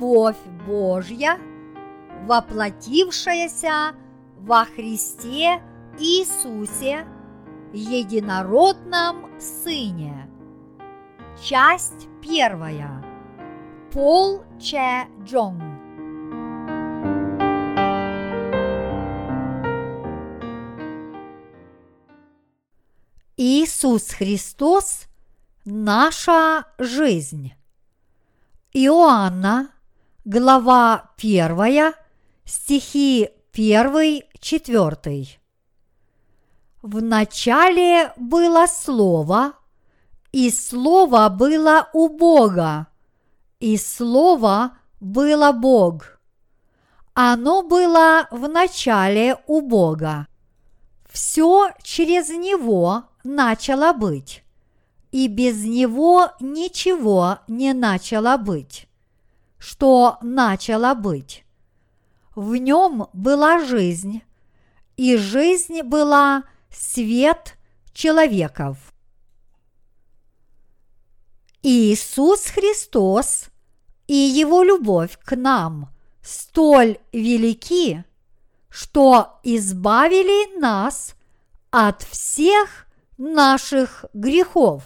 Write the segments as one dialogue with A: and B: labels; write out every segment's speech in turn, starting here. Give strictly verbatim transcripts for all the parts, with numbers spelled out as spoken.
A: любовь Божья, воплотившаяся во Христе Иисусе, Единородном Сыне. Часть первая. Пол Че Джонг. Иисус Христос – наша жизнь. Иоанна, глава первая, стихи первый-четвертый. В начале было Слово, и Слово было у Бога, и Слово было Бог. Оно было в начале у Бога. Все через Него начало быть, и без Него ничего не начало быть. Что начало быть? В Нем была жизнь, и жизнь была свет человеков. Иисус Христос и Его любовь к нам столь велики, что избавили нас от всех наших грехов.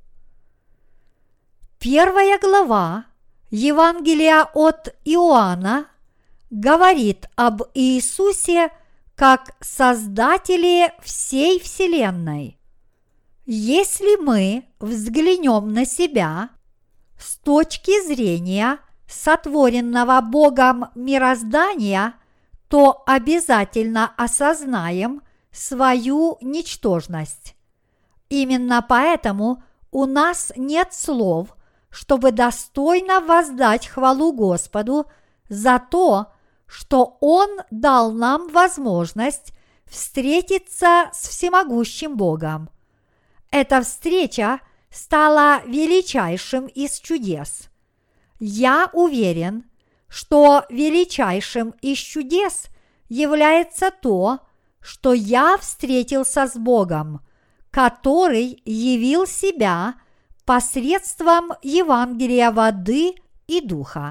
A: Первая глава Евангелия от Иоанна говорит об Иисусе как Создателе всей вселенной. Если мы взглянем на себя с точки зрения сотворенного Богом мироздания, то обязательно осознаем свою ничтожность. Именно поэтому у нас нет слов, чтобы достойно воздать хвалу Господу за то, что Он дал нам возможность встретиться с всемогущим Богом. Эта встреча стала величайшим из чудес. Я уверен, что величайшим из чудес является то, что я встретился с Богом, который явил себя посредством Евангелия воды и духа.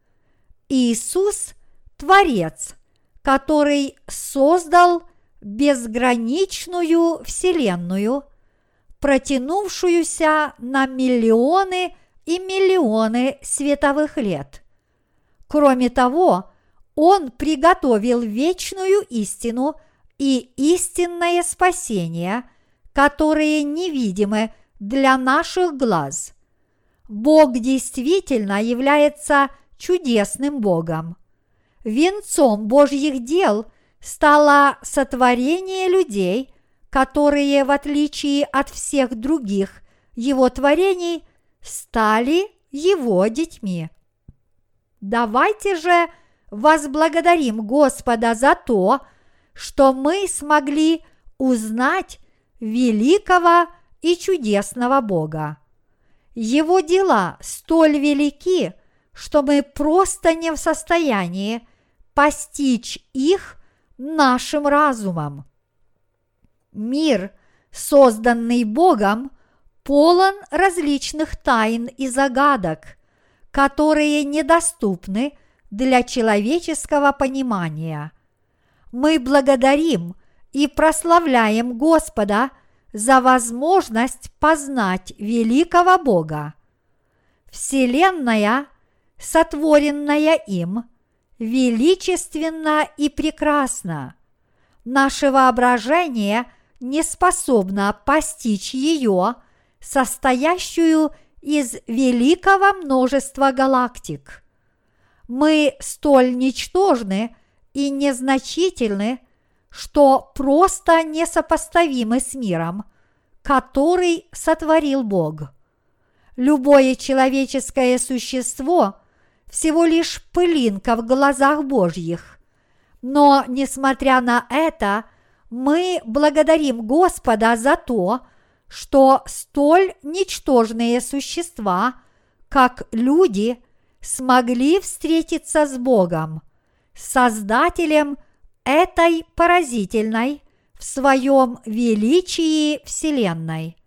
A: Иисус – Творец, который создал безграничную вселенную, протянувшуюся на миллионы и миллионы световых лет. Кроме того, Он приготовил вечную истину и истинное спасение, которые невидимы для наших глаз. Бог действительно является чудесным Богом. Венцом Божьих дел стало сотворение людей, которые, в отличие от всех других Его творений, стали Его детьми. Давайте же возблагодарим Господа за то, что мы смогли узнать великого и чудесного Бога. Его дела столь велики, что мы просто не в состоянии постичь их нашим разумом. Мир, созданный Богом, полон различных тайн и загадок, которые недоступны для человеческого понимания. Мы благодарим и прославляем Господа за возможность познать великого Бога. Вселенная, сотворенная им, величественна и прекрасна. Наше воображение не способно постичь ее, состоящую из великого множества галактик. Мы столь ничтожны и незначительны, что просто несопоставимы с миром, который сотворил Бог. Любое человеческое существо всего лишь пылинка в глазах Божьих. Но, несмотря на это, мы благодарим Господа за то, что столь ничтожные существа, как люди, смогли встретиться с Богом, Создателем этой поразительной в своем величии вселенной.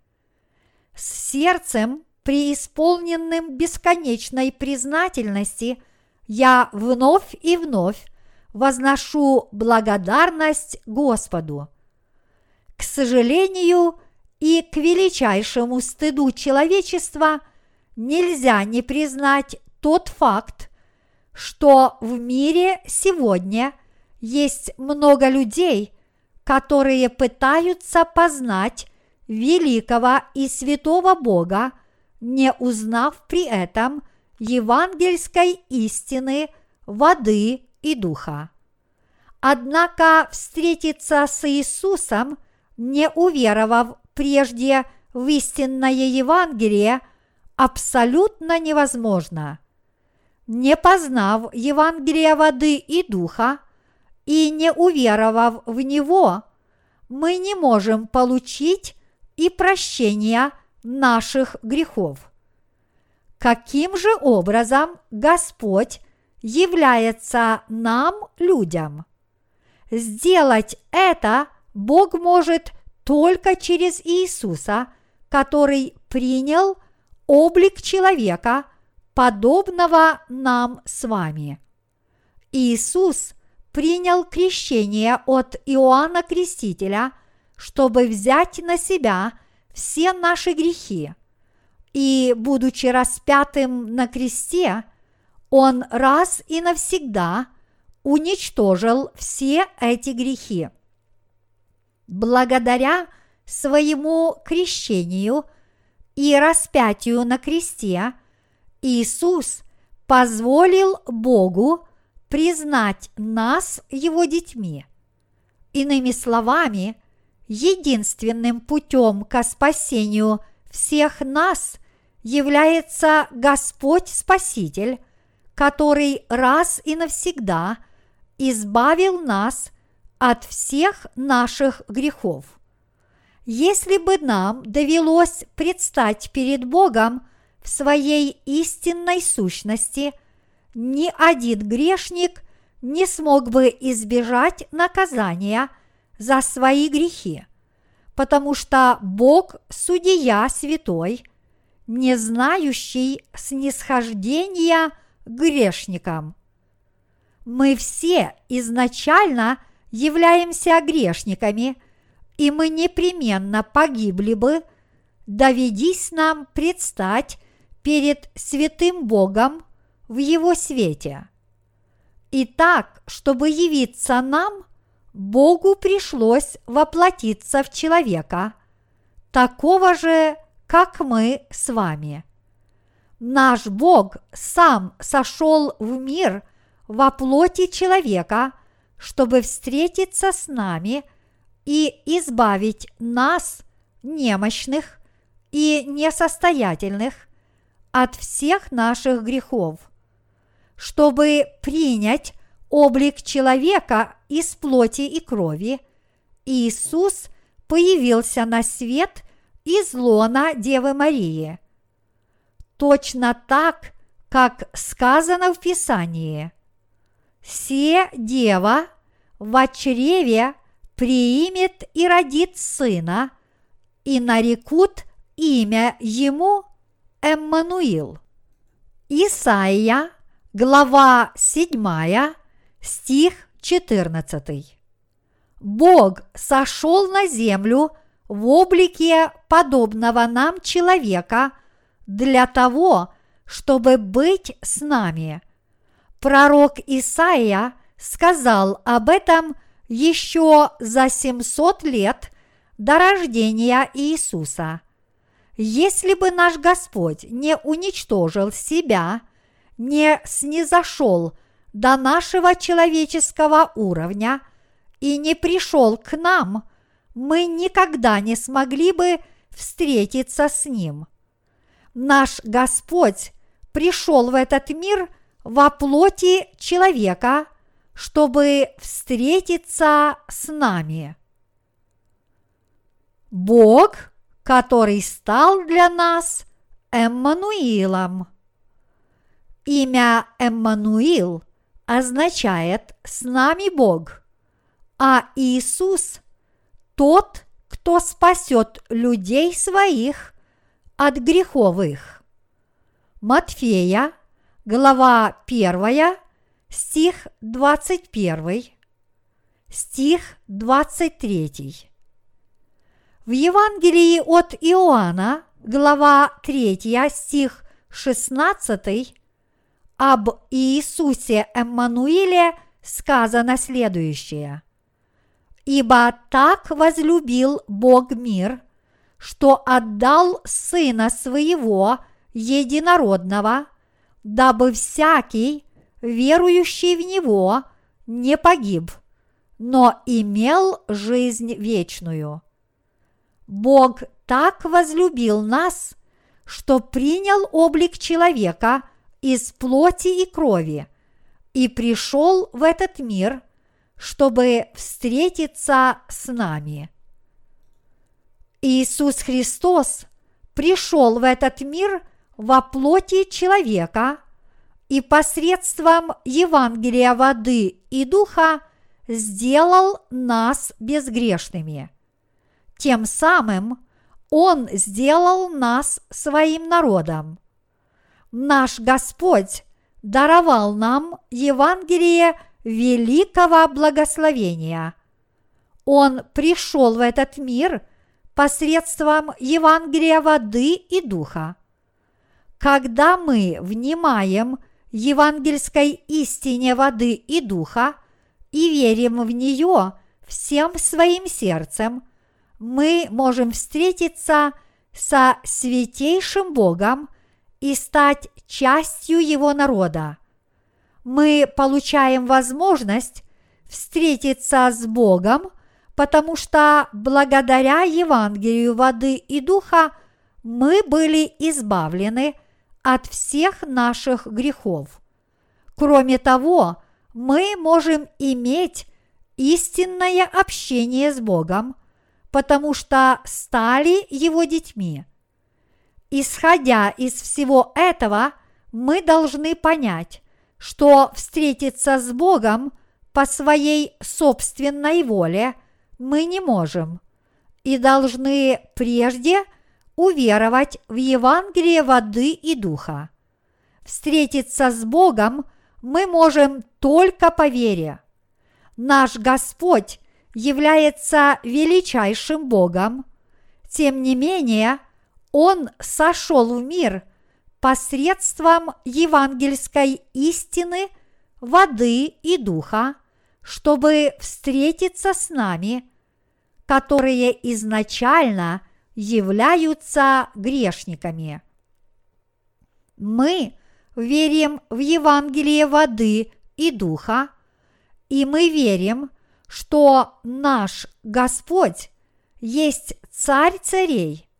A: С сердцем, преисполненным бесконечной признательности, я вновь и вновь возношу благодарность Господу. К сожалению и к величайшему стыду человечества нельзя не признать тот факт, что в мире сегодня есть много людей, которые пытаются познать великого и святого Бога, не узнав при этом евангельской истины воды и духа. Однако встретиться с Иисусом, не уверовав прежде в истинное Евангелие, абсолютно невозможно. Не познав Евангелие воды и духа и не уверовав в него, мы не можем получить и прощения наших грехов. Каким же образом Господь является нам, людям? Сделать это Бог может только через Иисуса, который принял облик человека, подобного нам с вами. Иисус принял крещение от Иоанна Крестителя, чтобы взять на себя все наши грехи, и, будучи распятым на кресте, Он раз и навсегда уничтожил все эти грехи. Благодаря своему крещению и распятию на кресте Иисус позволил Богу признать нас Его детьми. Иными словами, единственным путем ко спасению всех нас является Господь Спаситель, который раз и навсегда избавил нас от всех наших грехов. Если бы нам довелось предстать перед Богом в своей истинной сущности, ни один грешник не смог бы избежать наказания за свои грехи, потому что Бог – судья святой, не знающий снисхождения к грешникам. Мы все изначально являемся грешниками, и мы непременно погибли бы, доведись нам предстать перед святым Богом в Его свете. Итак, чтобы явиться нам, Богу пришлось воплотиться в человека, такого же, как мы с вами. Наш Бог сам сошел в мир во плоти человека, чтобы встретиться с нами и избавить нас, немощных и несостоятельных, от всех наших грехов. Чтобы принять облик человека из плоти и крови, Иисус появился на свет из лона Девы Марии. Точно так, как сказано в Писании: «Се дева во чреве приимет и родит сына, и нарекут имя ему Эммануил». Исайя, глава седьмая, стих четырнадцатый. Бог сошел на землю в облике подобного нам человека для того, чтобы быть с нами. Пророк Исаия сказал об этом еще за семьсот лет до рождения Иисуса. Если бы наш Господь не уничтожил себя, не снизошел до нашего человеческого уровня и не пришел к нам, мы никогда не смогли бы встретиться с Ним. Наш Господь пришел в этот мир во плоти человека, чтобы встретиться с нами. Бог, который стал для нас Эммануилом. Имя Эммануил означает «с нами Бог», а Иисус – тот, кто спасет людей своих от грехов их. Матфея, глава первая, стих двадцать первый, стих двадцать третий. В Евангелии от Иоанна, глава третья, стих шестнадцатый, об Иисусе Эммануиле сказано следующее: «Ибо так возлюбил Бог мир, что отдал Сына Своего Единородного, дабы всякий, верующий в Него, не погиб, но имел жизнь вечную». Бог так возлюбил нас, что принял облик человека из плоти и крови и пришел в этот мир, чтобы встретиться с нами. Иисус Христос пришел в этот мир во плоти человека и посредством Евангелия воды и духа сделал нас безгрешными. Тем самым Он сделал нас своим народом. Наш Господь даровал нам Евангелие великого благословения. Он пришел в этот мир посредством Евангелия воды и духа. Когда мы внимаем евангельской истине воды и духа и верим в нее всем своим сердцем, мы можем встретиться со святейшим Богом и стать частью Его народа. Мы получаем возможность встретиться с Богом, потому что благодаря Евангелию воды и духа мы были избавлены от всех наших грехов. Кроме того, мы можем иметь истинное общение с Богом, потому что стали Его детьми. Исходя из всего этого, мы должны понять, что встретиться с Богом по своей собственной воле мы не можем, и должны прежде уверовать в Евангелие воды и духа. Встретиться с Богом мы можем только по вере. Наш Господь является величайшим Богом, тем не менее Он сошел в мир посредством евангельской истины воды и духа, чтобы встретиться с нами, которые изначально являются грешниками. Мы верим в Евангелие воды и духа, и мы верим, что наш Господь есть Царь царей,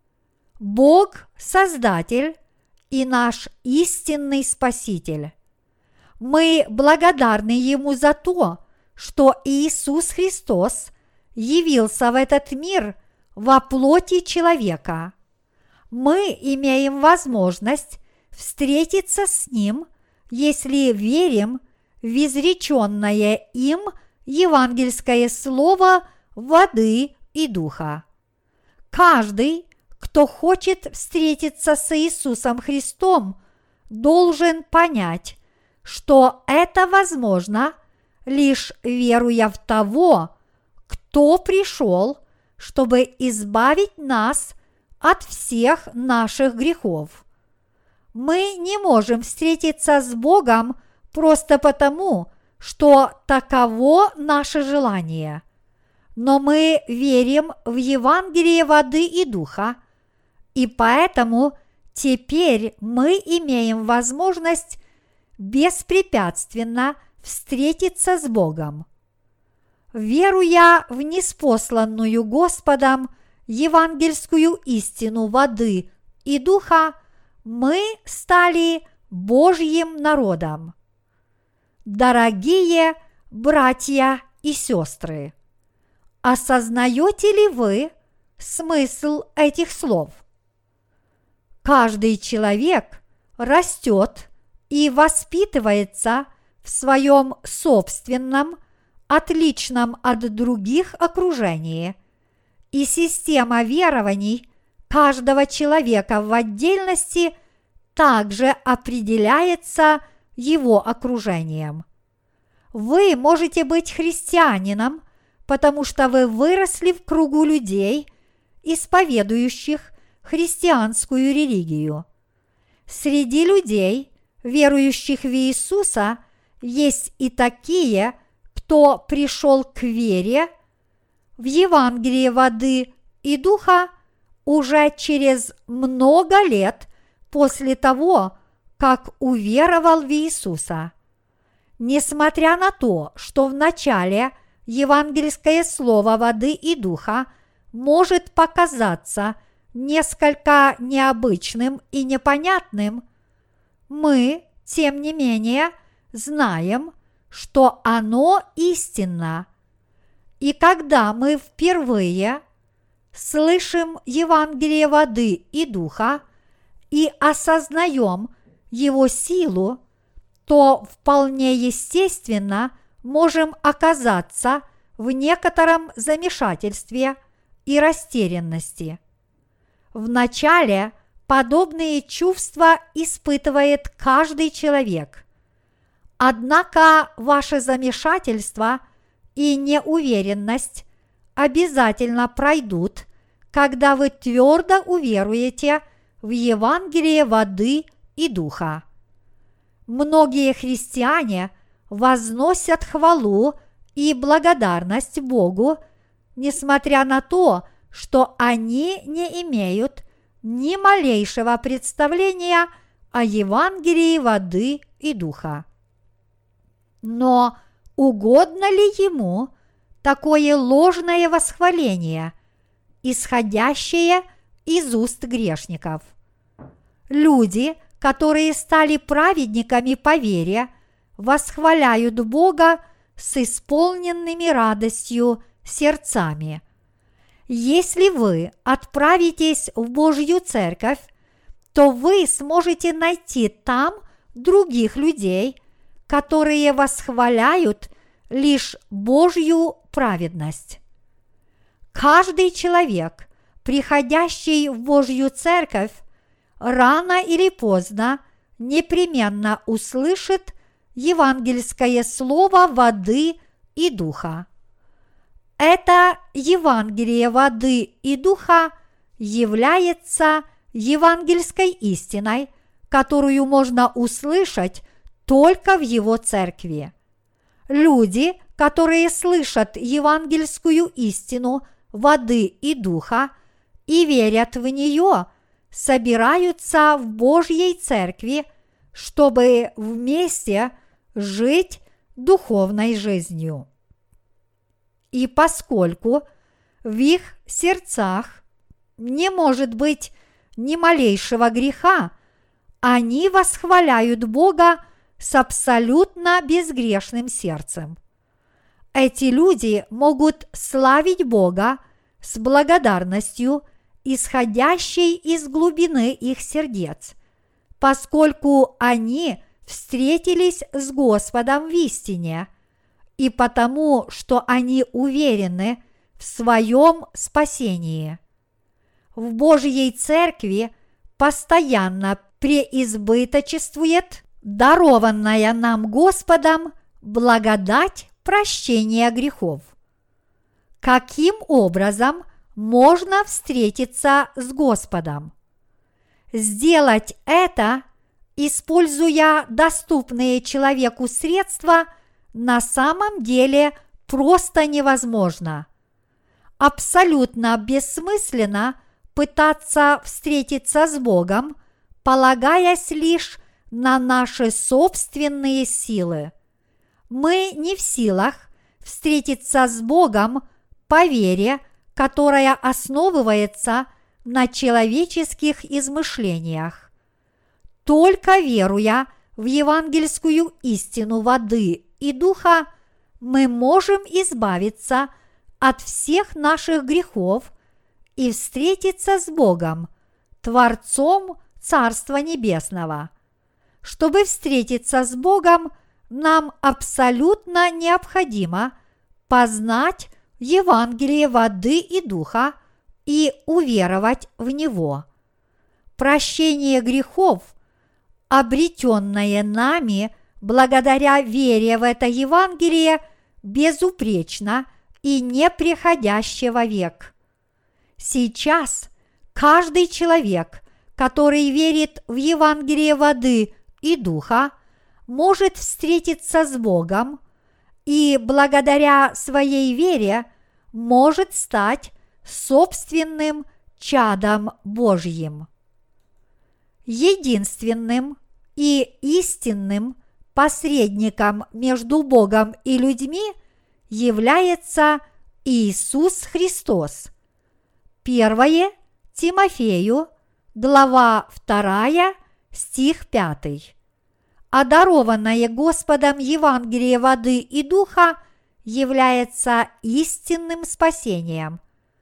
A: Бог Создатель и наш истинный Спаситель. Мы благодарны Ему за то, что Иисус Христос явился в этот мир во плоти человека. Мы имеем возможность встретиться с Ним, если верим в изреченное им евангельское слово воды и духа. Каждый, кто хочет встретиться с Иисусом Христом, должен понять, что это возможно, лишь веруя в того, кто пришел, чтобы избавить нас от всех наших грехов. Мы не можем встретиться с Богом просто потому, что таково наше желание. Но мы верим в Евангелие воды и духа, и поэтому теперь мы имеем возможность беспрепятственно встретиться с Богом. Веруя в ниспосланную Господом евангельскую истину воды и духа, мы стали Божьим народом. Дорогие братья и сестры, осознаете ли вы смысл этих слов? Каждый человек растет и воспитывается в своем собственном, отличном от других окружении, и система верований каждого человека в отдельности также определяется его окружением. Вы можете быть христианином, потому что вы выросли в кругу людей, исповедующих христианскую религию. Среди людей, верующих в Иисуса, есть и такие, кто пришел к вере в Евангелие воды и духа уже через много лет после того, как уверовал в Иисуса. Несмотря на то, что в начале евангельское слово воды и духа может показаться несколько необычным и непонятным, мы, тем не менее, знаем, что оно истинно. И когда мы впервые слышим Евангелие воды и духа и осознаем его силу, то вполне естественно можем оказаться в некотором замешательстве и растерянности. Вначале подобные чувства испытывает каждый человек. Однако ваше замешательство и неуверенность обязательно пройдут, когда вы твердо уверуете в Евангелие воды и духа. Многие христиане возносят хвалу и благодарность Богу, несмотря на то, что они не имеют ни малейшего представления о Евангелии воды и духа. Но угодно ли ему такое ложное восхваление, исходящее из уст грешников? Люди, которые стали праведниками по вере, восхваляют Бога с исполненными радостью сердцами. Если вы отправитесь в Божью церковь, то вы сможете найти там других людей, которые восхваляют лишь Божью праведность. Каждый человек, приходящий в Божью церковь, рано или поздно непременно услышит евангельское слово воды и духа. Это Евангелие воды и духа является евангельской истиной, которую можно услышать только в его церкви. Люди, которые слышат евангельскую истину воды и духа и верят в нее, собираются в Божьей церкви, чтобы вместе жить духовной жизнью. И поскольку в их сердцах не может быть ни малейшего греха, они восхваляют Бога с абсолютно безгрешным сердцем. Эти люди могут славить Бога с благодарностью, исходящей из глубины их сердец, поскольку они встретились с Господом в истине, и потому, что они уверены в своем спасении. В Божьей церкви постоянно преизбыточествует дарованная нам Господом благодать прощения грехов. Каким образом можно встретиться с Господом? Сделать это, используя доступные человеку средства, на самом деле просто невозможно. Абсолютно бессмысленно пытаться встретиться с Богом, полагаясь лишь на наши собственные силы. Мы не в силах встретиться с Богом по вере, которая основывается на человеческих измышлениях. Только веруя в евангельскую истину воды и духа, мы можем избавиться от всех наших грехов и встретиться с Богом, Творцом Царства Небесного. Чтобы встретиться с Богом, нам абсолютно необходимо познать Евангелие воды и духа и уверовать в него. Прощение грехов, обретенное нами благодаря вере в это Евангелие, безупречно и неприходяще вовек. Сейчас каждый человек, который верит в Евангелие воды и духа, может встретиться с Богом и благодаря своей вере может стать собственным чадом Божьим. Единственным и истинным посредником между Богом и людьми является Иисус Христос. Первое Тимофею, глава вторая, стих пятый. А дарованное Господом Евангелие воды и духа является истинным спасением.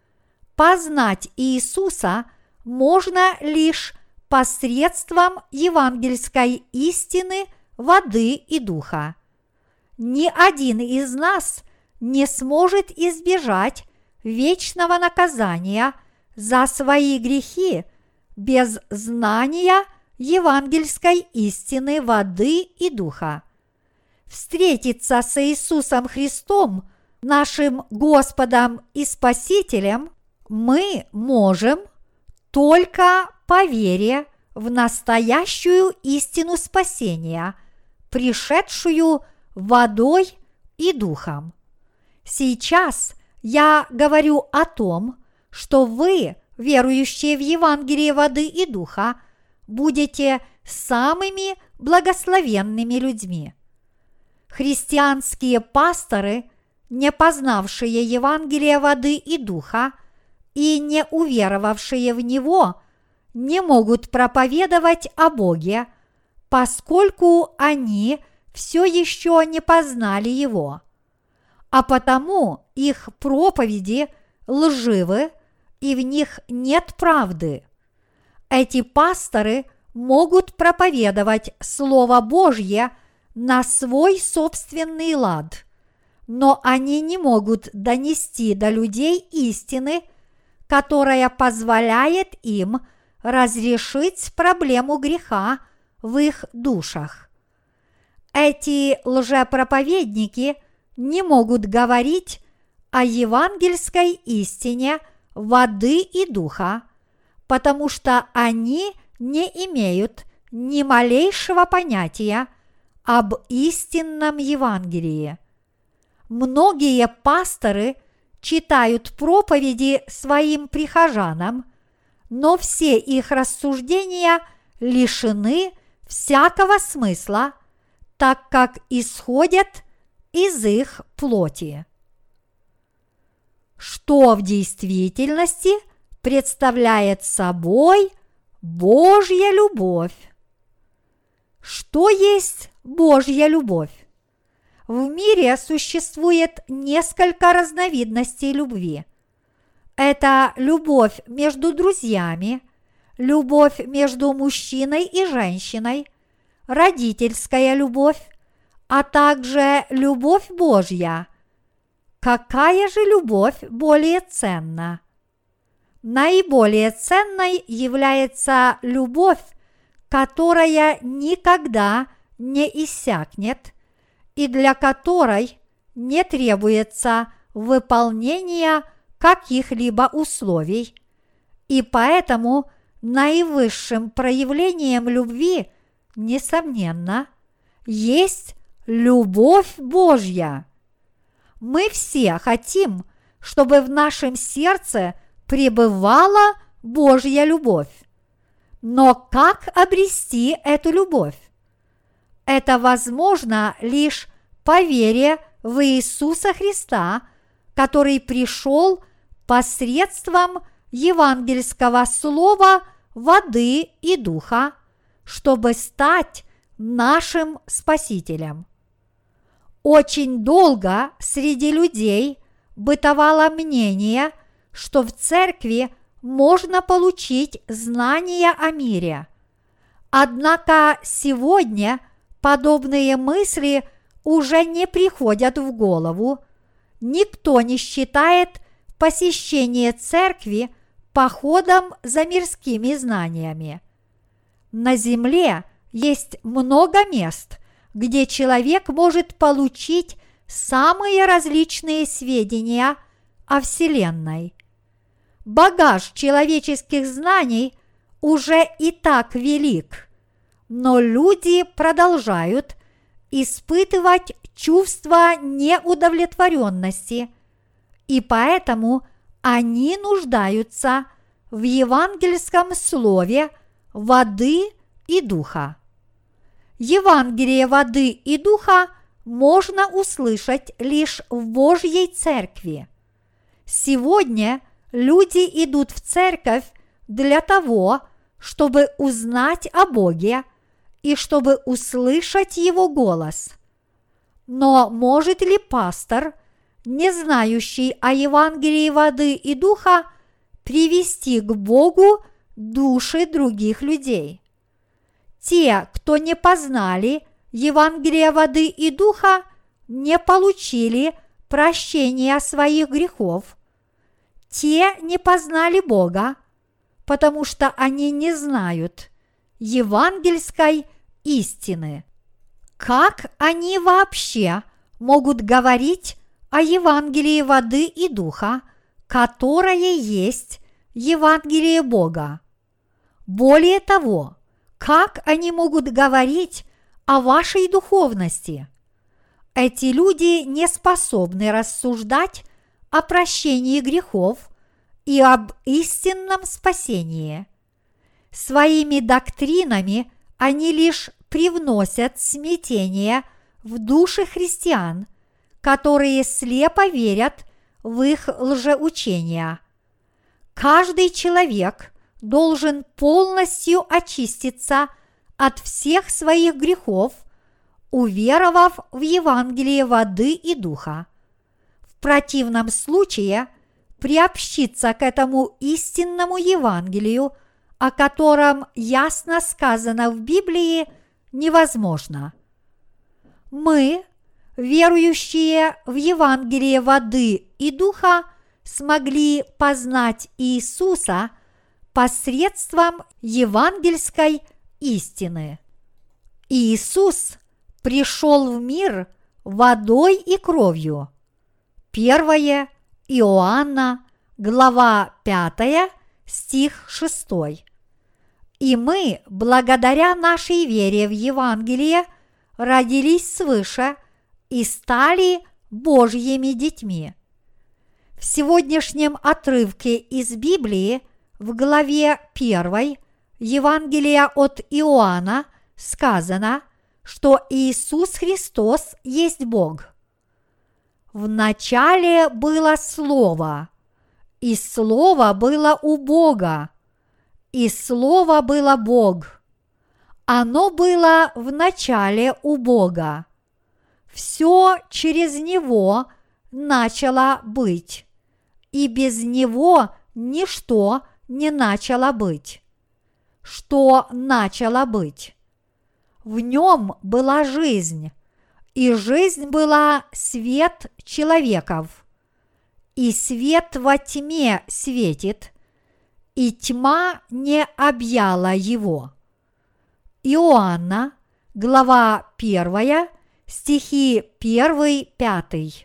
A: Познать Иисуса можно лишь посредством евангельской истины воды и духа. Ни один из нас не сможет избежать вечного наказания за свои грехи без знания евангельской истины воды и духа. Встретиться с Иисусом Христом, нашим Господом и Спасителем, мы можем только по вере в настоящую истину спасения, пришедшую водой и духом. Сейчас я говорю о том, что вы, верующие в Евангелие воды и духа, будете самыми благословенными людьми. Христианские пасторы, не познавшие Евангелие воды и духа и не уверовавшие в него, не могут проповедовать о Боге, поскольку они все еще не познали Его, а потому их проповеди лживы и в них нет правды. Эти пасторы могут проповедовать Слово Божье на свой собственный лад, но они не могут донести до людей истины, которая позволяет им разрешить проблему греха в их душах. Эти лжепроповедники не могут говорить о евангельской истине воды и духа, потому что они не имеют ни малейшего понятия об истинном Евангелии. Многие пасторы читают проповеди своим прихожанам, но все их рассуждения лишены всякого смысла, так как исходят из их плоти. Что в действительности представляет собой Божья любовь? Что есть Божья любовь? В мире существует несколько разновидностей любви. Это любовь между друзьями, любовь между мужчиной и женщиной, родительская любовь, а также любовь Божья. Какая же любовь более ценна? Наиболее ценной является любовь, которая никогда не иссякнет и для которой не требуется выполнение каких-либо условий, и поэтому наивысшим проявлением любви, несомненно, есть любовь Божья. Мы все хотим, чтобы в нашем сердце пребывала Божья любовь. Но как обрести эту любовь? Это возможно лишь по вере в Иисуса Христа, который пришел посредством евангельского слова воды и духа, чтобы стать нашим Спасителем. Очень долго среди людей бытовало мнение, что в церкви можно получить знания о мире. Однако сегодня подобные мысли уже не приходят в голову. Никто не считает посещение церкви походом за мирскими знаниями. На земле есть много мест, где человек может получить самые различные сведения о Вселенной. Багаж человеческих знаний уже и так велик, но люди продолжают испытывать чувство неудовлетворенности, и поэтому они нуждаются в евангельском слове воды и духа. Евангелие воды и духа можно услышать лишь в Божьей церкви. Сегодня люди идут в церковь для того, чтобы узнать о Боге и чтобы услышать Его голос. Но может ли пастор, не знающий о Евангелии воды и духа, привести к Богу души других людей? Те, кто не познали Евангелие воды и духа, не получили прощения своих грехов. Те не познали Бога, потому что они не знают евангельской истины. Как они вообще могут говорить о Евангелии воды и духа, которое есть Евангелие Бога? Более того, как они могут говорить о вашей духовности? Эти люди не способны рассуждать о прощении грехов и об истинном спасении. Своими доктринами они лишь привносят смятение в души христиан, которые слепо верят в их лжеучения. Каждый человек должен полностью очиститься от всех своих грехов, уверовав в Евангелие воды и духа. В противном случае приобщиться к этому истинному Евангелию, о котором ясно сказано в Библии, невозможно. Мы, верующие в Евангелие воды и духа, смогли познать Иисуса посредством евангельской истины. Иисус пришел в мир водой и кровью. Первое Иоанна, глава пятая, стих шестой. И мы, благодаря нашей вере в Евангелие, родились свыше и стали Божьими детьми. В сегодняшнем отрывке из Библии в главе первой Евангелия от Иоанна сказано, что Иисус Христос есть Бог. В начале было Слово, и Слово было у Бога, и Слово было Бог. Оно было в начале у Бога. Все через Него начало быть, и без Него ничто не начало быть. Что начало быть? В Нем была жизнь, и жизнь была свет человеков. И свет во тьме светит, и тьма не объяла его. Иоанна, глава первая, стихи первый, пятый.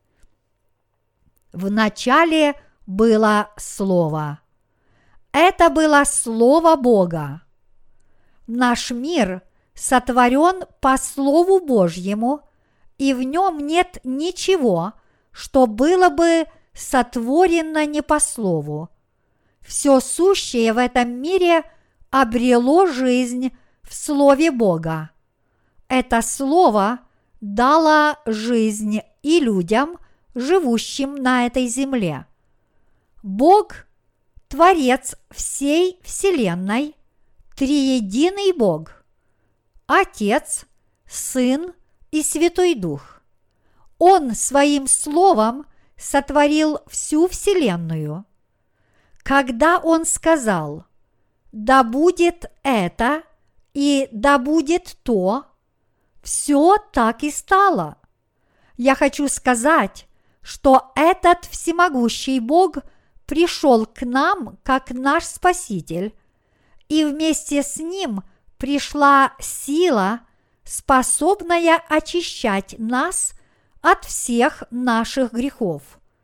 A: В начале было Слово. Это было Слово Бога. Наш мир сотворен по Слову Божьему, и в нем нет ничего, что было бы сотворено не по Слову. Все сущее в этом мире обрело жизнь в Слове Бога. Это Слово дало жизнь и людям, живущим на этой земле. Бог – Творец всей Вселенной, триединый Бог – Отец, Сын и Святой Дух. Он своим Словом сотворил всю Вселенную. Когда Он сказал «Да будет это» и «Да будет то», все так и стало. Я хочу сказать, что этот всемогущий Бог пришел к нам как наш Спаситель, и вместе с Ним пришла сила, способная очищать нас от всех наших грехов.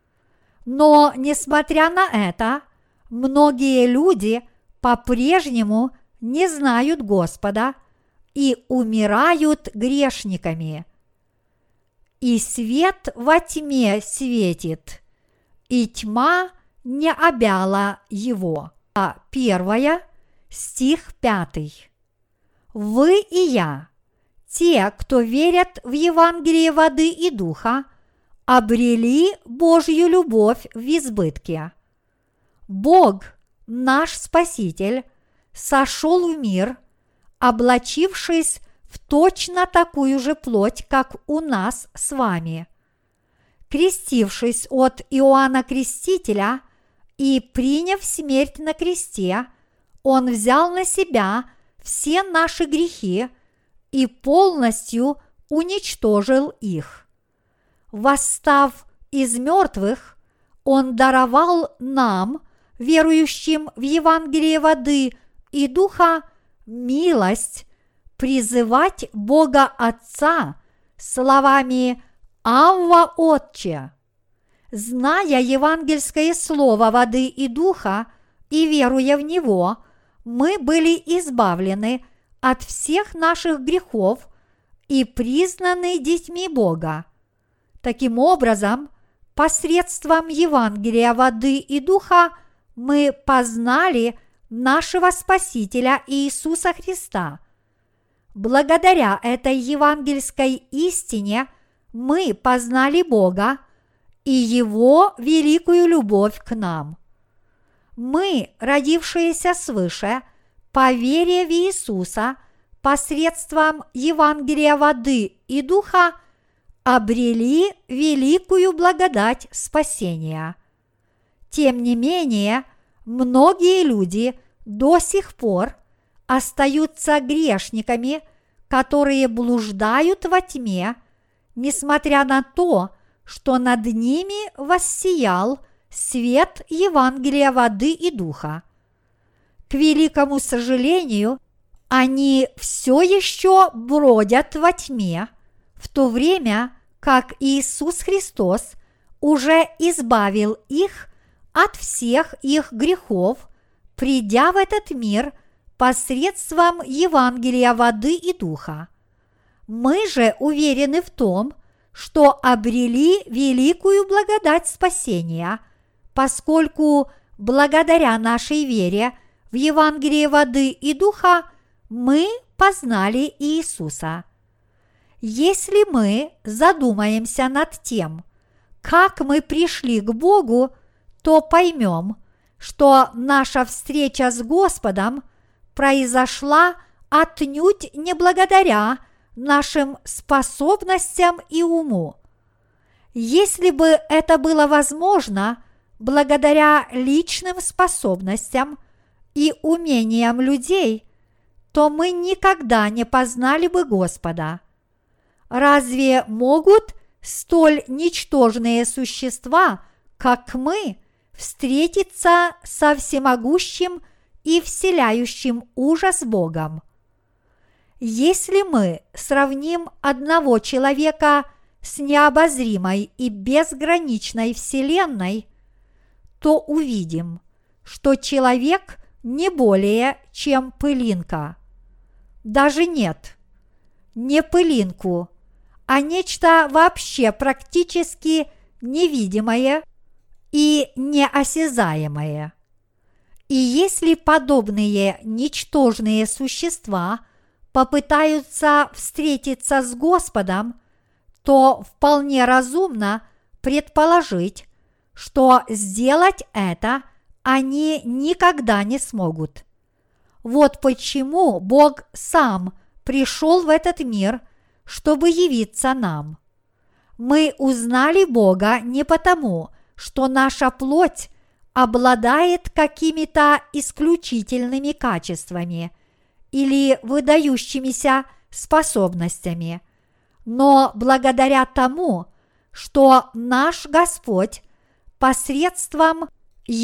A: Но, несмотря на это, многие люди по-прежнему не знают Господа и умирают грешниками. И свет во тьме светит, и тьма не обяла его. А первое, стих пятый. Вы и я, те, кто верят в Евангелие воды и духа, обрели Божью любовь в избытке. Бог, наш Спаситель, сошел в мир, облачившись в точно такую же плоть, как у нас с вами. Крестившись от Иоанна Крестителя и приняв смерть на кресте, Он взял на себя все наши грехи и полностью уничтожил их. Восстав из мертвых, Он даровал нам, верующим в Евангелие воды и духа, милость призывать Бога Отца словами «Авва, Отче». Зная евангельское слово воды и духа и веруя в него, мы были избавлены от всех наших грехов и признаны детьми Бога. Таким образом, посредством Евангелия воды и духа мы познали нашего Спасителя Иисуса Христа. Благодаря этой евангельской истине мы познали Бога и Его великую любовь к нам. Мы, родившиеся свыше, по вере в Иисуса, посредством Евангелия воды и духа, обрели великую благодать спасения. Тем не менее, многие люди до сих пор остаются грешниками, которые блуждают во тьме, несмотря на то, что над ними воссиял свет Евангелия воды и духа. К великому сожалению, они все еще бродят во тьме, в то время как Иисус Христос уже избавил их от всех их грехов, придя в этот мир посредством Евангелия воды и духа. Мы же уверены в том, что обрели великую благодать спасения, поскольку благодаря нашей вере в Евангелие воды и духа мы познали Иисуса. Если мы задумаемся над тем, как мы пришли к Богу, то поймем, что наша встреча с Господом произошла отнюдь не благодаря нашим способностям и уму. Если бы это было возможно благодаря личным способностям и умениям людей, то мы никогда не познали бы Господа. Разве могут столь ничтожные существа, как мы, встретиться со всемогущим и вселяющим ужас Богом? Если мы сравним одного человека с необозримой и безграничной Вселенной, то увидим, что человек не более, чем пылинка. Даже нет, не пылинку, а нечто вообще практически невидимое и неосязаемое. И если подобные ничтожные существа попытаются встретиться с Господом, то вполне разумно предположить, что сделать это они никогда не смогут. Вот почему Бог сам пришел в этот мир, чтобы явиться нам. Мы узнали Бога не потому, что наша плоть обладает какими-то исключительными качествами или выдающимися способностями, но благодаря тому, что наш Господь посредством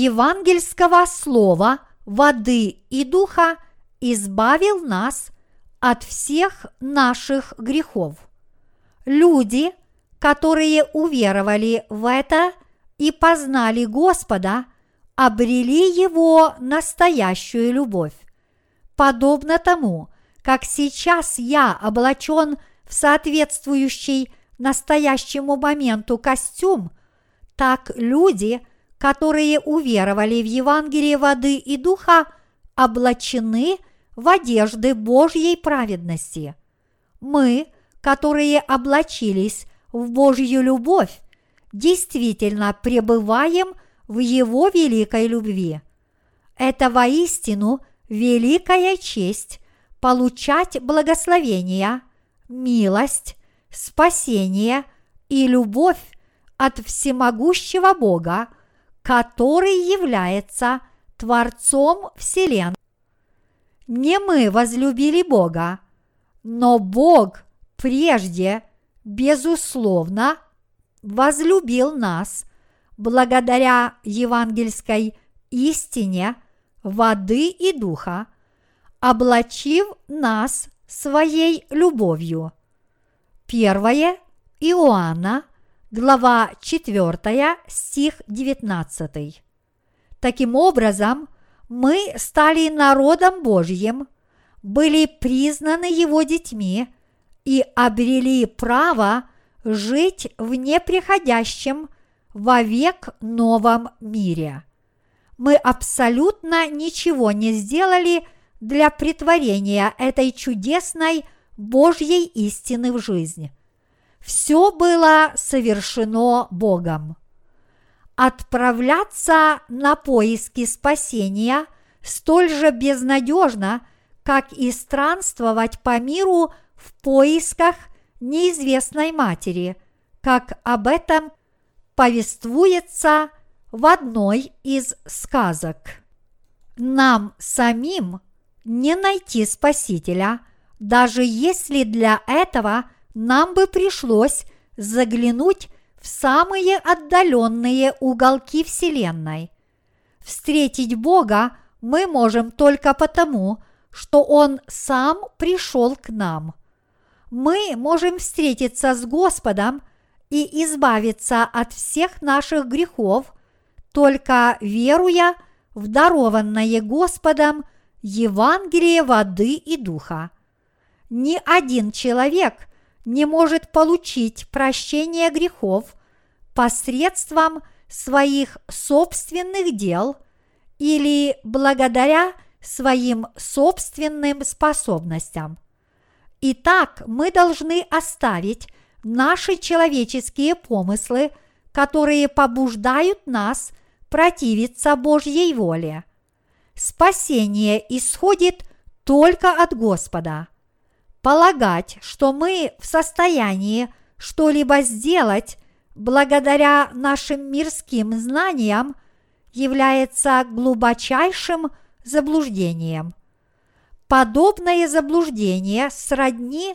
A: евангельского слова, воды и духа избавил нас от всех наших грехов. Люди, которые уверовали в это и познали Господа, обрели Его настоящую любовь. Подобно тому, как сейчас я облачен в соответствующий настоящему моменту костюм, так люди, которые уверовали в Евангелие воды и духа, облачены в одежды Божьей праведности. Мы, которые облачились в Божью любовь, действительно пребываем в Его великой любви. Это воистину великая честь получать благословения, милость, спасение и любовь от всемогущего Бога, который является Творцом Вселенной. Не мы возлюбили Бога, но Бог прежде, безусловно, возлюбил нас благодаря евангельской истине воды и духа, облачив нас своей любовью. Первое Иоанна, глава четвёртая, стих девятнадцатый. Таким образом, мы стали народом Божьим, были признаны Его детьми и обрели право жить в неприходящем вовек новом мире. Мы абсолютно ничего не сделали для претворения этой чудесной Божьей истины в жизнь. Все было совершено Богом. Отправляться на поиски спасения столь же безнадежно, как и странствовать по миру в поисках неизвестной матери, как об этом повествуется в одной из сказок. Нам самим не найти Спасителя, даже если для этого нам бы пришлось заглянуть в самые отдаленные уголки Вселенной. Встретить Бога мы можем только потому, что Он сам пришел к нам. Мы можем встретиться с Господом и избавиться от всех наших грехов, только веруя в дарованное Господом Евангелие воды и духа. Ни один человек не может получить прощение грехов посредством своих собственных дел или благодаря своим собственным способностям. Итак, мы должны оставить наши человеческие помыслы, которые побуждают нас противиться Божьей воле. Спасение исходит только от Господа. Полагать, что мы в состоянии что-либо сделать благодаря нашим мирским знаниям, является глубочайшим заблуждением. Подобное заблуждение сродни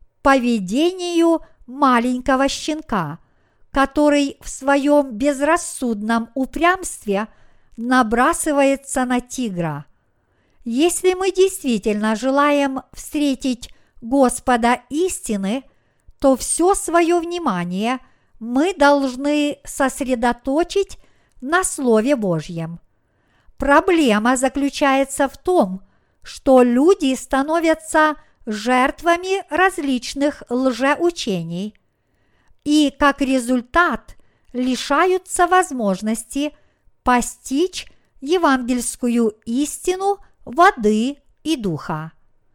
A: поведению маленького щенка, который в своем безрассудном упрямстве набрасывается на тигра. Если мы действительно желаем встретить Господа истины, то все свое внимание мы должны сосредоточить на Слове Божьем. Проблема заключается в том, что люди становятся жертвами различных лжеучений и, как результат, лишаются возможности постичь евангельскую истину воды и духа.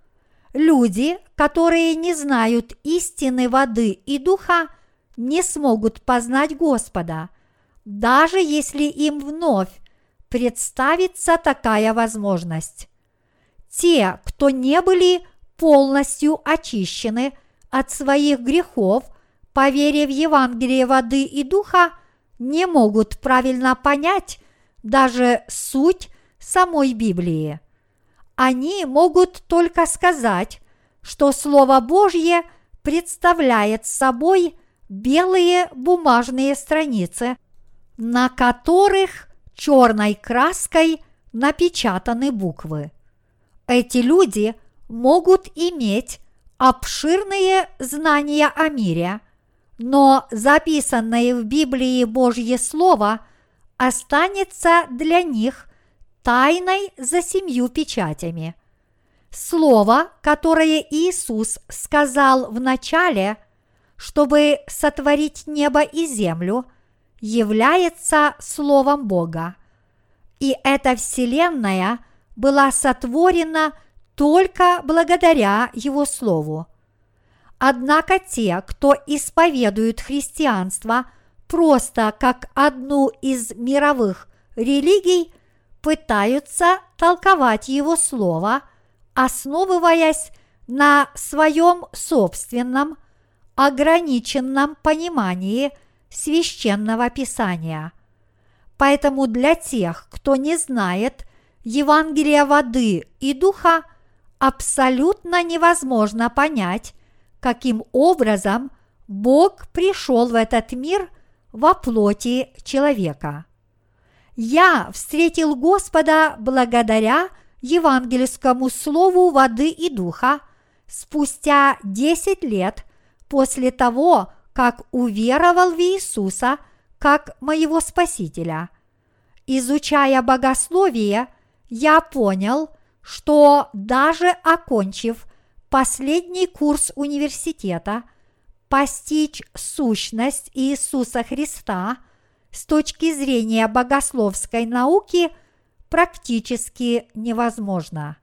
A: Люди, которые не знают истины воды и духа, не смогут познать Господа, даже если им вновь представится такая возможность. Те, кто не были полностью очищены от своих грехов по вере в Евангелие воды и духа, не могут правильно понять даже суть самой Библии. Они могут только сказать, что Слово Божье представляет собой белые бумажные страницы, на которых черной краской напечатаны буквы. Эти люди могут иметь обширные знания о мире, но записанное в Библии Божье Слово останется для них тайной за семью печатями. Слово, которое Иисус сказал в начале, чтобы сотворить небо и землю, является Словом Бога. И эта вселенная была сотворена только благодаря Его Слову. Однако те, кто исповедует христианство просто как одну из мировых религий, пытаются толковать Его Слово, основываясь на своем собственном ограниченном понимании священного Писания. Поэтому для тех, кто не знает Евангелия воды и духа, абсолютно невозможно понять, каким образом Бог пришел в этот мир во плоти человека. Я встретил Господа благодаря евангельскому слову воды и духа спустя десять лет после того, как уверовал в Иисуса как моего Спасителя. Изучая богословие, я понял, что даже окончив последний курс университета, постичь сущность Иисуса Христа с точки зрения богословской науки практически невозможно.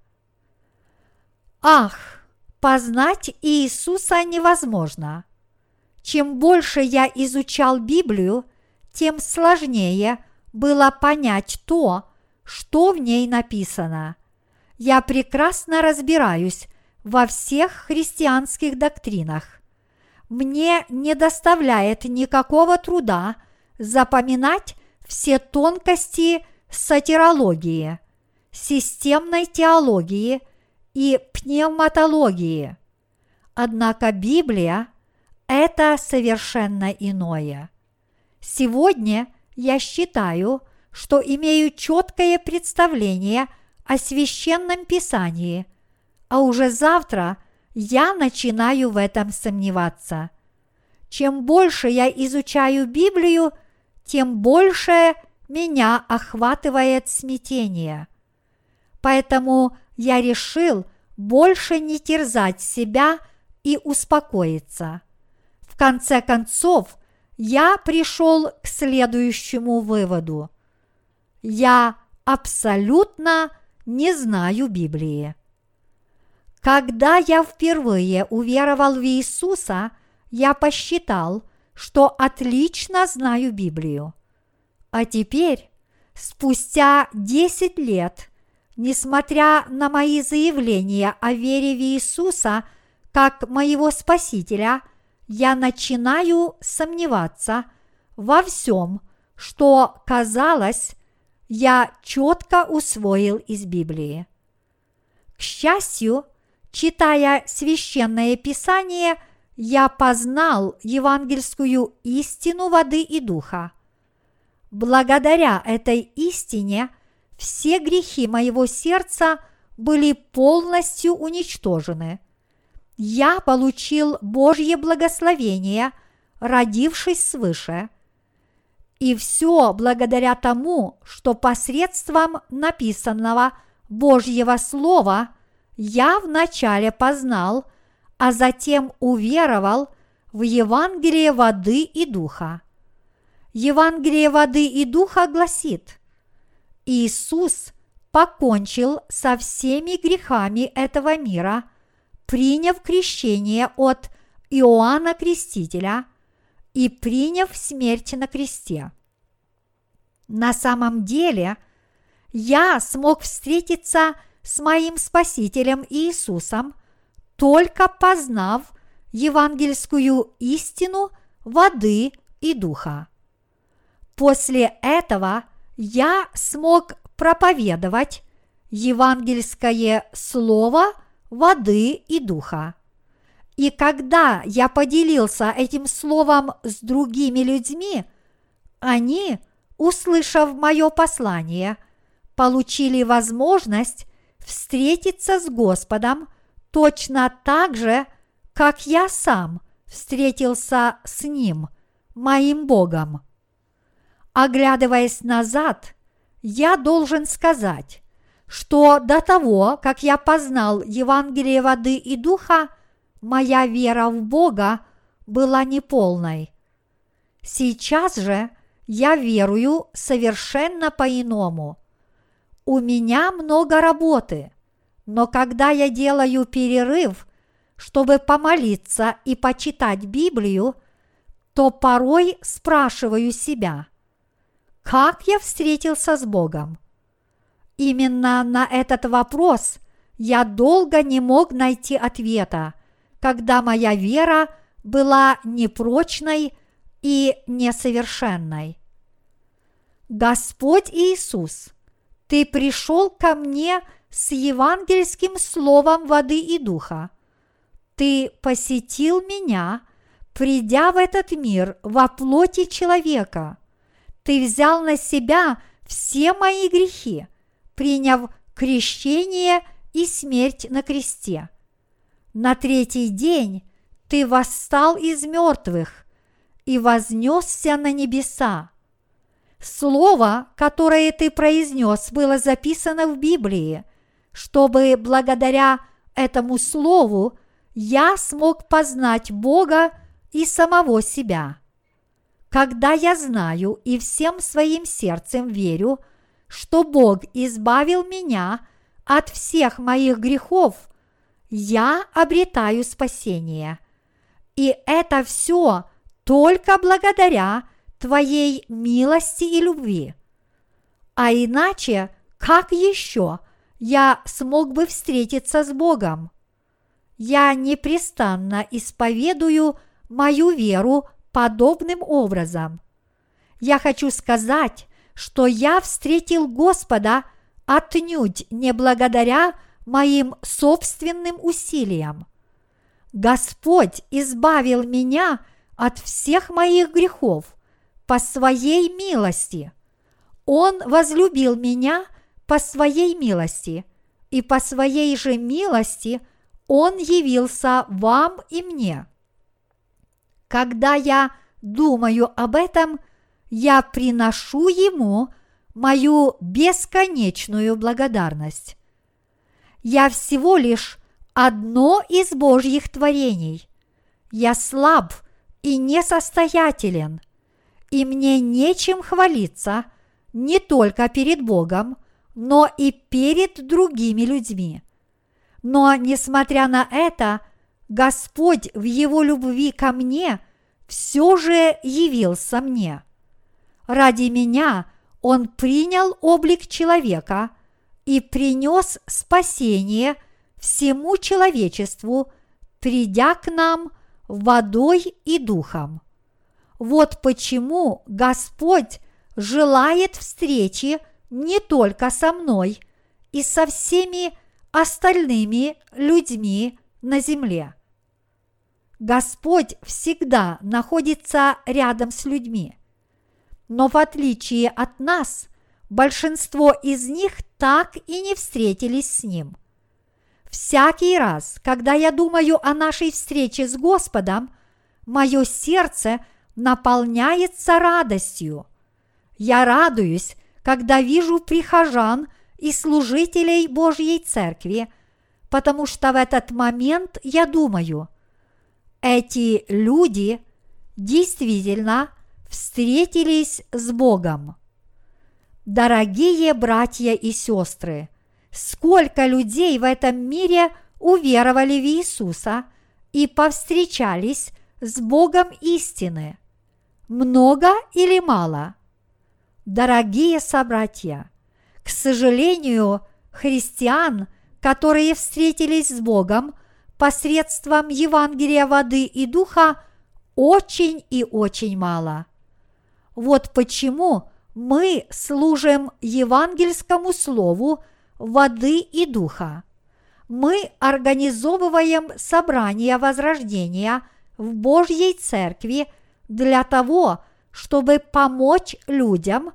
A: Ах, познать Иисуса невозможно. Чем больше я изучал Библию, тем сложнее было понять то, что в ней написано. Я прекрасно разбираюсь во всех христианских доктринах. Мне не доставляет никакого труда запоминать все тонкости сотирологии, системной теологии и пневматологии. Однако Библия – это совершенно иное. Сегодня я считаю, что имею четкое представление о священном Писании, а уже завтра я начинаю в этом сомневаться. Чем больше я изучаю Библию, тем больше меня охватывает смятение. Поэтому я решил больше не терзать себя и успокоиться. В конце концов, я пришел к следующему выводу. Я абсолютно не знаю Библии. Когда я впервые уверовал в Иисуса, я посчитал, что отлично знаю Библию. А теперь, спустя десять лет, несмотря на мои заявления о вере в Иисуса как моего Спасителя, я начинаю сомневаться во всем, что, казалось, я четко усвоил из Библии. К счастью, читая Священное Писание, я познал евангельскую истину воды и духа. Благодаря этой истине все грехи моего сердца были полностью уничтожены. Я получил Божье благословение, родившись свыше. И все благодаря тому, что посредством написанного Божьего Слова я вначале познал, а затем уверовал в Евангелие воды и духа. Евангелие воды и духа гласит: Иисус покончил со всеми грехами этого мира, приняв крещение от Иоанна Крестителя и приняв смерть на кресте. На самом деле, я смог встретиться с моим Спасителем Иисусом, только познав евангельскую истину воды и духа. После этого я смог проповедовать евангельское слово воды и духа. И когда я поделился этим словом с другими людьми, они, услышав мое послание, получили возможность встретиться с Господом точно так же, как я сам встретился с Ним, моим Богом. Оглядываясь назад, я должен сказать, что до того, как я познал Евангелие воды и духа, моя вера в Бога была неполной. Сейчас же я верую совершенно по-иному. У меня много работы, но когда я делаю перерыв, чтобы помолиться и почитать Библию, то порой спрашиваю себя, как я встретился с Богом? Именно на этот вопрос я долго не мог найти ответа, когда моя вера была непрочной и несовершенной. Господь Иисус, Ты пришел ко мне с евангельским словом воды и духа. Ты посетил меня, придя в этот мир во плоти человека. Ты взял на себя все мои грехи, приняв крещение и смерть на кресте. На третий день Ты восстал из мертвых и вознесся на небеса. Слово, которое Ты произнес, было записано в Библии, чтобы благодаря этому слову я смог познать Бога и самого себя. Когда я знаю и всем своим сердцем верю, что Бог избавил меня от всех моих грехов, я обретаю спасение. И это все только благодаря Твоей милости и любви. А иначе, как еще я смог бы встретиться с Богом? Я непрестанно исповедую мою веру подобным образом. Я хочу сказать, что я встретил Господа отнюдь не благодаря моим собственным усилиям. Господь избавил меня от всех моих грехов по своей милости. Он возлюбил меня по своей милости, и по своей же милости Он явился вам и мне. Когда я думаю об этом, я приношу Ему мою бесконечную благодарность. Я всего лишь одно из Божьих творений. Я слаб и несостоятелен, и мне нечем хвалиться не только перед Богом, но и перед другими людьми. Но, несмотря на это, Господь в Его любви ко мне все же явился мне. Ради меня Он принял облик человека и принес спасение всему человечеству, придя к нам водой и духом. Вот почему Господь желает встречи не только со мной и со всеми остальными людьми на земле. Господь всегда находится рядом с людьми, но в отличие от нас, большинство из них так и не встретились с Ним. Всякий раз, когда я думаю о нашей встрече с Господом, мое сердце наполняется радостью. Я радуюсь, когда вижу прихожан и служителей Божьей Церкви, потому что в этот момент я думаю, эти люди действительно встретились с Богом. Дорогие братья и сестры, сколько людей в этом мире уверовали в Иисуса и повстречались с Богом истины? Много или мало? Дорогие собратья, к сожалению, христиан, которые встретились с Богом посредством Евангелия воды и духа, очень и очень мало. Вот почему мы служим евангельскому слову воды и духа. Мы организовываем собрания возрождения в Божьей Церкви для того, чтобы помочь людям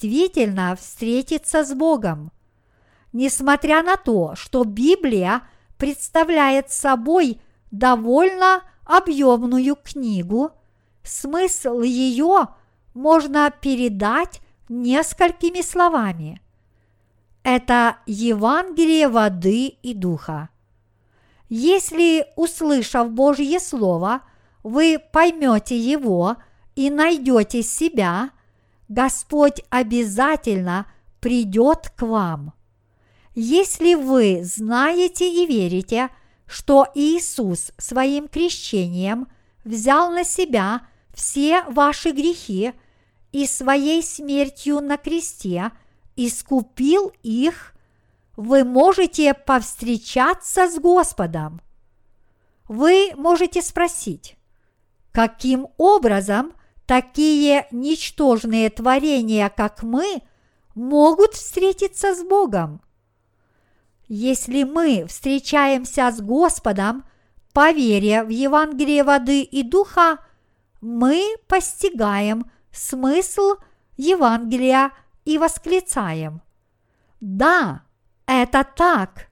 A: действительно встретиться с Богом. Несмотря на то, что Библия представляет собой довольно объемную книгу, смысл ее можно передать несколькими словами. Это Евангелие воды и духа. Если, услышав Божье Слово, вы поймете его и найдете себя, Господь обязательно придет к вам. Если вы знаете и верите, что Иисус своим крещением взял на себя все ваши грехи и своей смертью на кресте искупил их, вы можете повстречаться с Господом. Вы можете спросить, каким образом такие ничтожные творения, как мы, могут встретиться с Богом? Если мы встречаемся с Господом по вере в Евангелие воды и духа, мы постигаем смысл Евангелия и восклицаем: «Да, это так!»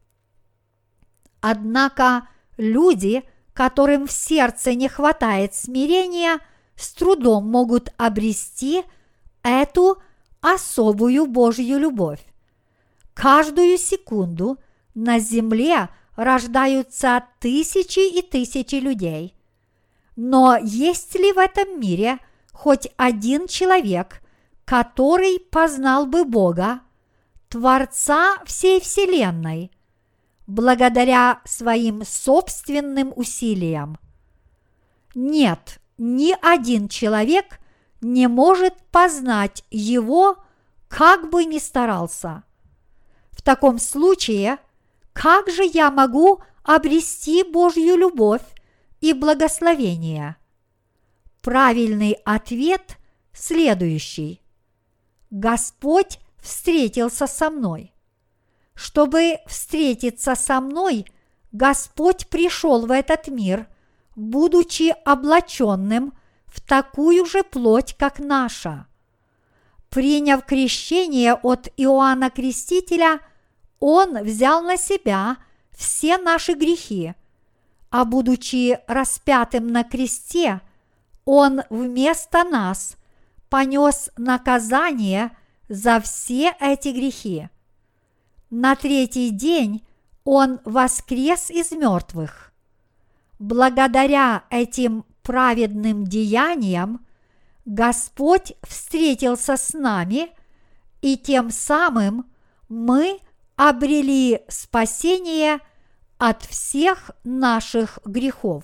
A: Однако люди, которым в сердце не хватает смирения, с трудом могут обрести эту особую Божью любовь. Каждую секунду на земле рождаются тысячи и тысячи людей. Но есть ли в этом мире хоть один человек, который познал бы Бога, Творца всей Вселенной, благодаря своим собственным усилиям? Нет, ни один человек не может познать Его, как бы ни старался. В таком случае, как же я могу обрести Божью любовь и благословение? Правильный ответ следующий: Господь встретился со мной. Чтобы встретиться со мной, Господь пришел в этот мир, будучи облаченным в такую же плоть, как наша. Приняв крещение от Иоанна Крестителя, Он взял на себя все наши грехи, а будучи распятым на кресте, Он вместо нас понес наказание за все эти грехи. На третий день Он воскрес из мертвых. Благодаря этим праведным деяниям Господь встретился с нами, и тем самым мы обрели спасение от всех наших грехов.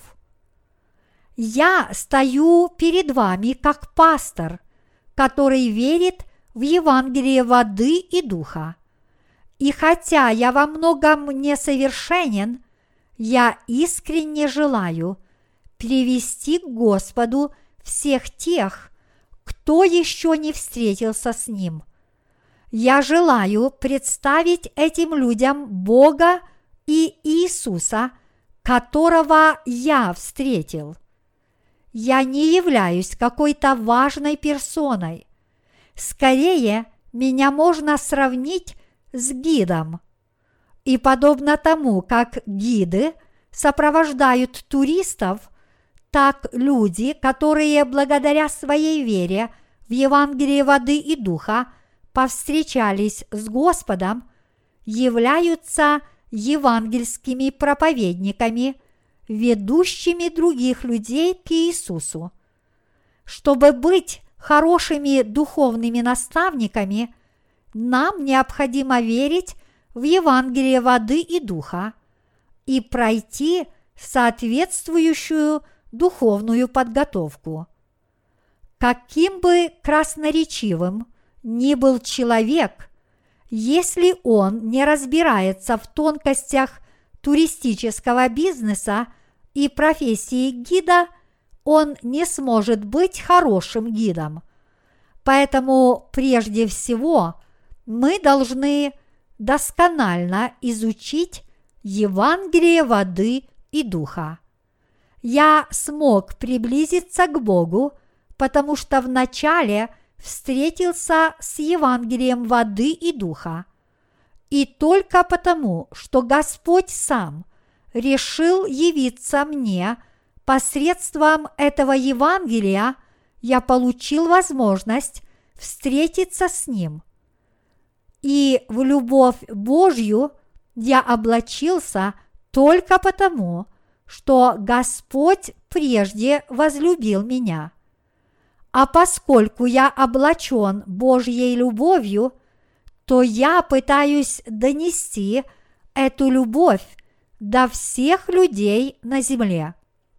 A: Я стою перед вами как пастор, который верит в Евангелие воды и духа. И хотя я во многом несовершенен, я искренне желаю привести к Господу всех тех, кто еще не встретился с Ним. Я желаю представить этим людям Бога и Иисуса, которого я встретил. Я не являюсь какой-то важной персоной. Скорее, меня можно сравнить с гидом. И подобно тому, как гиды сопровождают туристов, так люди, которые благодаря своей вере в Евангелие воды и духа повстречались с Господом, являются евангельскими проповедниками, ведущими других людей к Иисусу. Чтобы быть хорошими духовными наставниками, нам необходимо верить в Евангелие воды и духа и пройти соответствующую духовную подготовку. Каким бы красноречивым ни был человек, если он не разбирается в тонкостях туристического бизнеса и профессии гида, он не сможет быть хорошим гидом. Поэтому прежде всего мы должны досконально изучить Евангелие воды и духа. Я смог приблизиться к Богу, потому что вначале встретился с Евангелием воды и духа. И только потому, что Господь сам решил явиться мне посредством этого Евангелия, я получил возможность встретиться с Ним. И в любовь Божью я облачился только потому, что Господь прежде возлюбил меня. А поскольку я облачен Божьей любовью, то я пытаюсь донести эту любовь до всех людей на земле.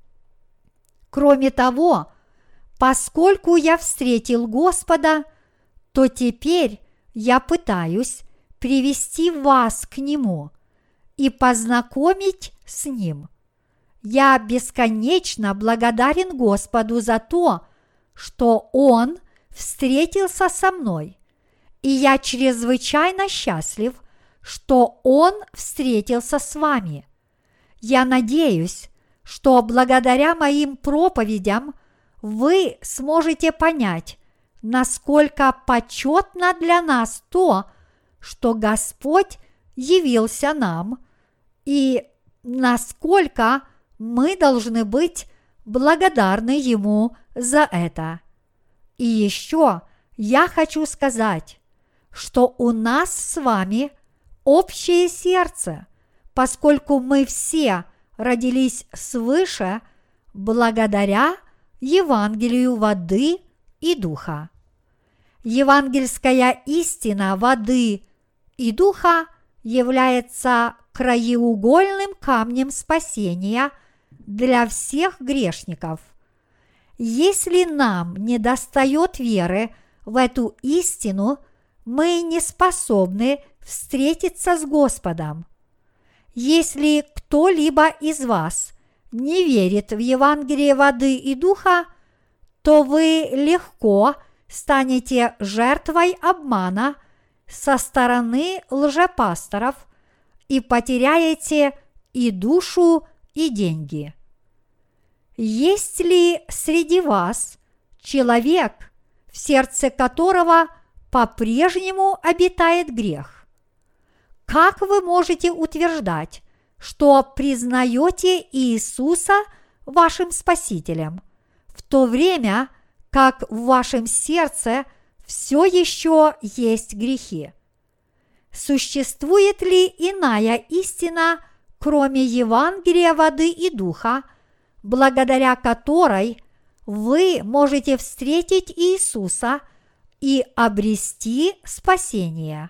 A: Кроме того, поскольку я встретил Господа, то теперь я пытаюсь привести вас к Нему и познакомить с Ним. Я бесконечно благодарен Господу за то, что Он встретился со мной, и я чрезвычайно счастлив, что Он встретился с вами. Я надеюсь, что благодаря моим проповедям вы сможете понять, насколько почетно для нас то, что Господь явился нам, и насколько мы должны быть благодарны Ему за это. И еще я хочу сказать, что у нас с вами общее сердце, поскольку мы все родились свыше благодаря Евангелию воды и духа. Евангельская истина воды и духа является краеугольным камнем спасения для всех грешников. Если нам недостает веры в эту истину, мы не способны встретиться с Господом. Если кто-либо из вас не верит в Евангелие воды и духа, то вы легко станете жертвой обмана со стороны лжепасторов и потеряете и душу, и деньги. Есть ли среди вас человек, в сердце которого по-прежнему обитает грех? Как вы можете утверждать, что признаете Иисуса вашим Спасителем, в то время как в вашем сердце все еще есть грехи? Существует ли иная истина, кроме Евангелия воды и духа, благодаря которой вы можете встретить Иисуса и обрести спасение?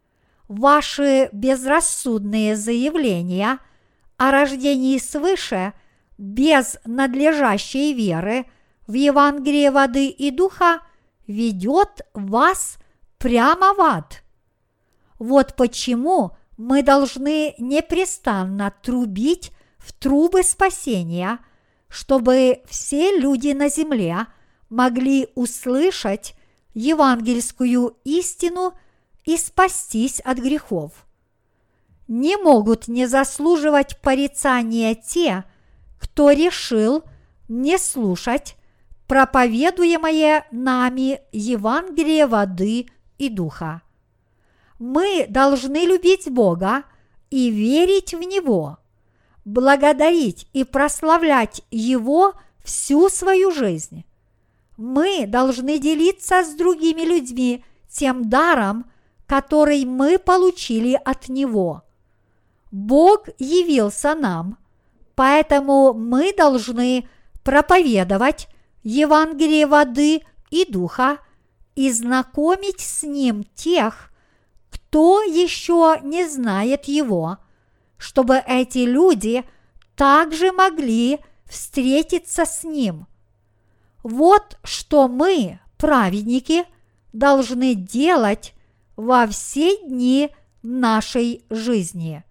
A: Ваши безрассудные заявления о рождении свыше без надлежащей веры в Евангелие воды и духа ведет вас прямо в ад. Вот почему мы должны непрестанно трубить в трубы спасения, чтобы все люди на земле могли услышать евангельскую истину и спастись от грехов. Не могут не заслуживать порицания те, кто решил не слушать проповедуемое нами Евангелие воды и духа. Мы должны любить Бога и верить в Него, благодарить и прославлять Его всю свою жизнь. Мы должны делиться с другими людьми тем даром, который мы получили от Него. Бог явился нам, поэтому мы должны проповедовать Евангелие воды и духа и знакомить с ним тех, кто еще не знает Его, чтобы эти люди также могли встретиться с Ним. Вот что мы, праведники, должны делать во все дни нашей жизни.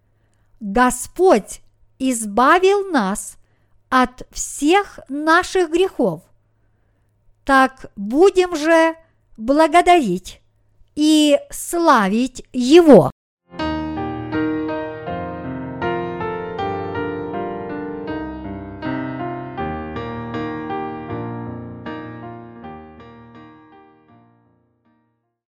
A: Господь избавил нас от всех наших грехов. Так будем же благодарить и славить Его.